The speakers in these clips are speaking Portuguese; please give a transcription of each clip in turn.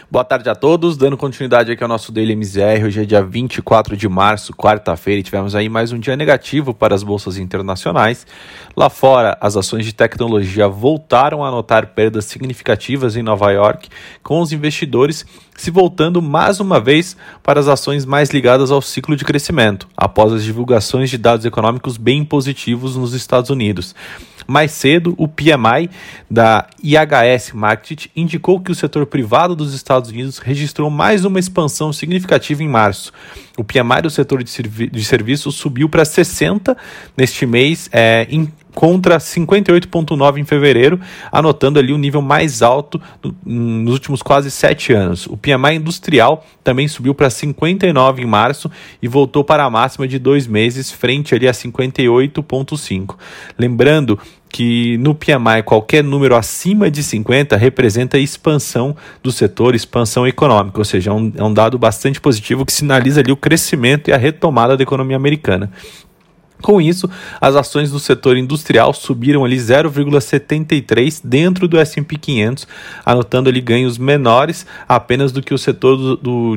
Boa tarde a todos, dando continuidade aqui ao nosso Daily MZR. Hoje é dia 24 de março, quarta-feira, e tivemos aí mais um dia negativo para as bolsas internacionais. Lá fora, as ações de tecnologia voltaram a anotar perdas significativas em Nova York, com os investidores se voltando mais uma vez para as ações mais ligadas ao ciclo de crescimento, após as divulgações de dados econômicos bem positivos nos Estados Unidos. Mais cedo, o PMI da IHS Markit indicou que o setor privado dos Estados Unidos registrou mais uma expansão significativa em março. O PMI do setor de serviços subiu para 60 neste mês, contra 58,9 em fevereiro, anotando ali o nível mais alto nos últimos quase 7 anos. O PMI industrial também subiu para 59 em março e voltou para a máxima de 2 meses, frente ali a 58,5. Lembrando que no PMI qualquer número acima de 50 representa a expansão do setor, expansão econômica, ou seja, é um dado bastante positivo que sinaliza ali o crescimento e a retomada da economia americana. Com isso, as ações do setor industrial subiram ali 0,73 dentro do S&P 500, anotando ali ganhos menores apenas do que o setor do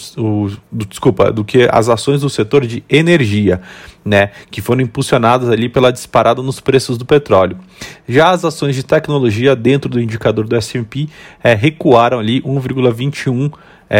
que as ações do setor de energia, né, que foram impulsionadas ali pela disparada nos preços do petróleo. Já as ações de tecnologia dentro do indicador do S&P recuaram ali 1,21%.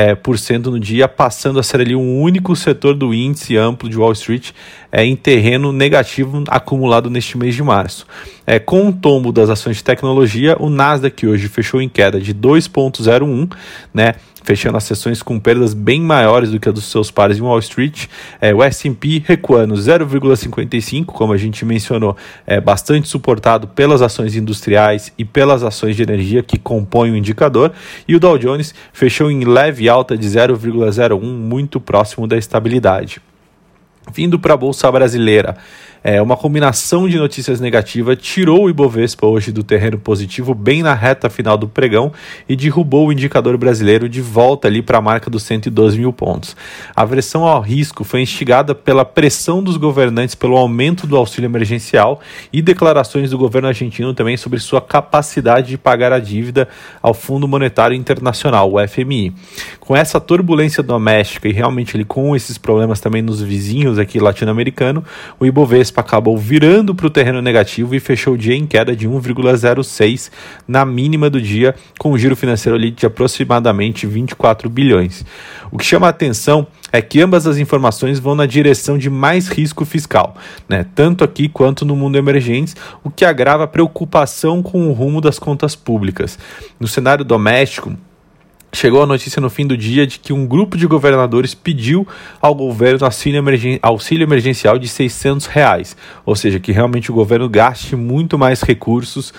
No dia, passando a ser ali um único setor do índice amplo de Wall Street em terreno negativo acumulado neste mês de março. Com o tombo das ações de tecnologia, o Nasdaq hoje fechou em queda de 2,01, né, fechando as sessões com perdas bem maiores do que a dos seus pares em Wall Street. O S&P recuando 0,55, como a gente mencionou, bastante suportado pelas ações industriais e pelas ações de energia que compõem o indicador, e o Dow Jones fechou em leve alta de 0,01, muito próximo da estabilidade. Vindo para a Bolsa Brasileira, uma combinação de notícias negativas tirou o Ibovespa hoje do terreno positivo bem na reta final do pregão e derrubou o indicador brasileiro de volta ali para a marca dos 112 mil pontos. A aversão ao risco foi instigada pela pressão dos governantes pelo aumento do auxílio emergencial e declarações do governo argentino também sobre sua capacidade de pagar a dívida ao Fundo Monetário Internacional, o FMI. Com essa turbulência doméstica e realmente ali com esses problemas também nos vizinhos aqui latino-americanos, o Ibovespa acabou virando para o terreno negativo e fechou o dia em queda de 1,06 na mínima do dia, com um giro financeiro ali de aproximadamente 24 bilhões. O que chama a atenção é que ambas as informações vão na direção de mais risco fiscal, né? Tanto aqui quanto no mundo emergente, o que agrava a preocupação com o rumo das contas públicas. No cenário doméstico, chegou a notícia no fim do dia de que um grupo de governadores pediu ao governo auxílio emergencial de R$600, ou seja, que realmente o governo gaste muito mais recursos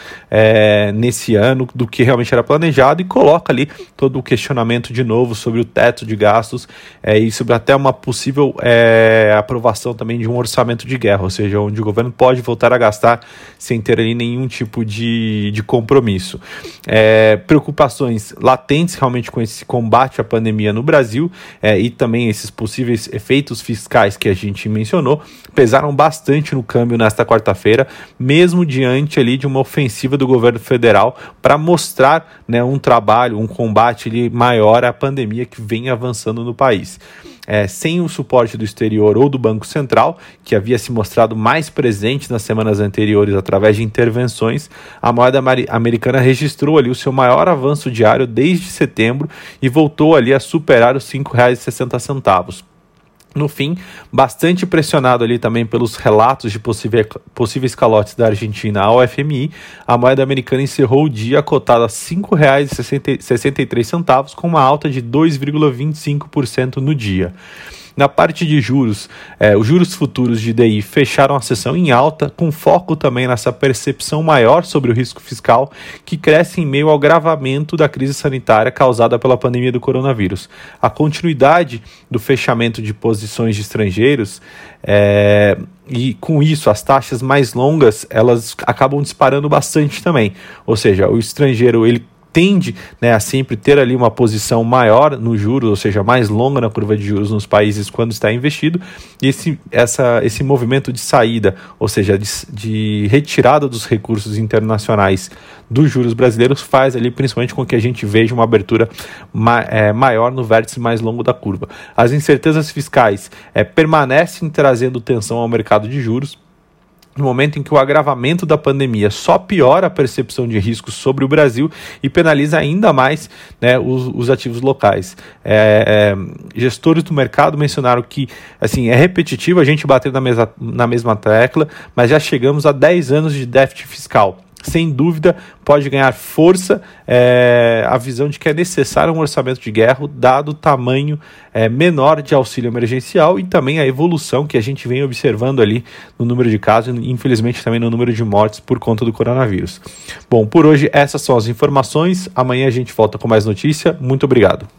nesse ano do que realmente era planejado, e coloca ali todo o questionamento de novo sobre o teto de gastos e sobre até uma possível aprovação também de um orçamento de guerra, ou seja, onde o governo pode voltar a gastar sem ter ali nenhum tipo de compromisso. Preocupações latentes realmente com esse combate à pandemia no Brasil e também esses possíveis efeitos fiscais que a gente mencionou pesaram bastante no câmbio nesta quarta-feira, mesmo diante ali de uma ofensiva do governo federal para mostrar, né, um trabalho, um combate ali maior à pandemia que vem avançando no país. Sem o suporte do exterior ou do Banco Central, que havia se mostrado mais presente nas semanas anteriores através de intervenções, a moeda americana registrou ali o seu maior avanço diário desde setembro e voltou ali a superar os R$ 5,60. No fim, bastante pressionado ali também pelos relatos de possíveis calotes da Argentina ao FMI, a moeda americana encerrou o dia cotada a R$ 5,63, com uma alta de 2,25% no dia. Na parte de juros, os juros futuros de DI fecharam a sessão em alta, com foco também nessa percepção maior sobre o risco fiscal, que cresce em meio ao agravamento da crise sanitária causada pela pandemia do coronavírus. A continuidade do fechamento de posições de estrangeiros e com isso as taxas mais longas elas acabam disparando bastante também, ou seja, o estrangeiro ele tende, né, a sempre ter ali uma posição maior no juros, ou seja, mais longa na curva de juros nos países quando está investido, e esse movimento de saída, ou seja, de retirada dos recursos internacionais dos juros brasileiros faz ali principalmente com que a gente veja uma abertura maior no vértice mais longo da curva. As incertezas fiscais permanecem trazendo tensão ao mercado de juros, no momento em que o agravamento da pandemia só piora a percepção de riscos sobre o Brasil e penaliza ainda mais, né, os ativos locais. Gestores do mercado mencionaram que assim, é repetitivo a gente bater na mesma tecla, mas já chegamos a 10 anos de déficit fiscal. Sem dúvida, pode ganhar força a visão de que é necessário um orçamento de guerra, dado o tamanho menor de auxílio emergencial e também a evolução que a gente vem observando ali no número de casos e, infelizmente, também no número de mortes por conta do coronavírus. Bom, por hoje essas são as informações. Amanhã a gente volta com mais notícia. Muito obrigado.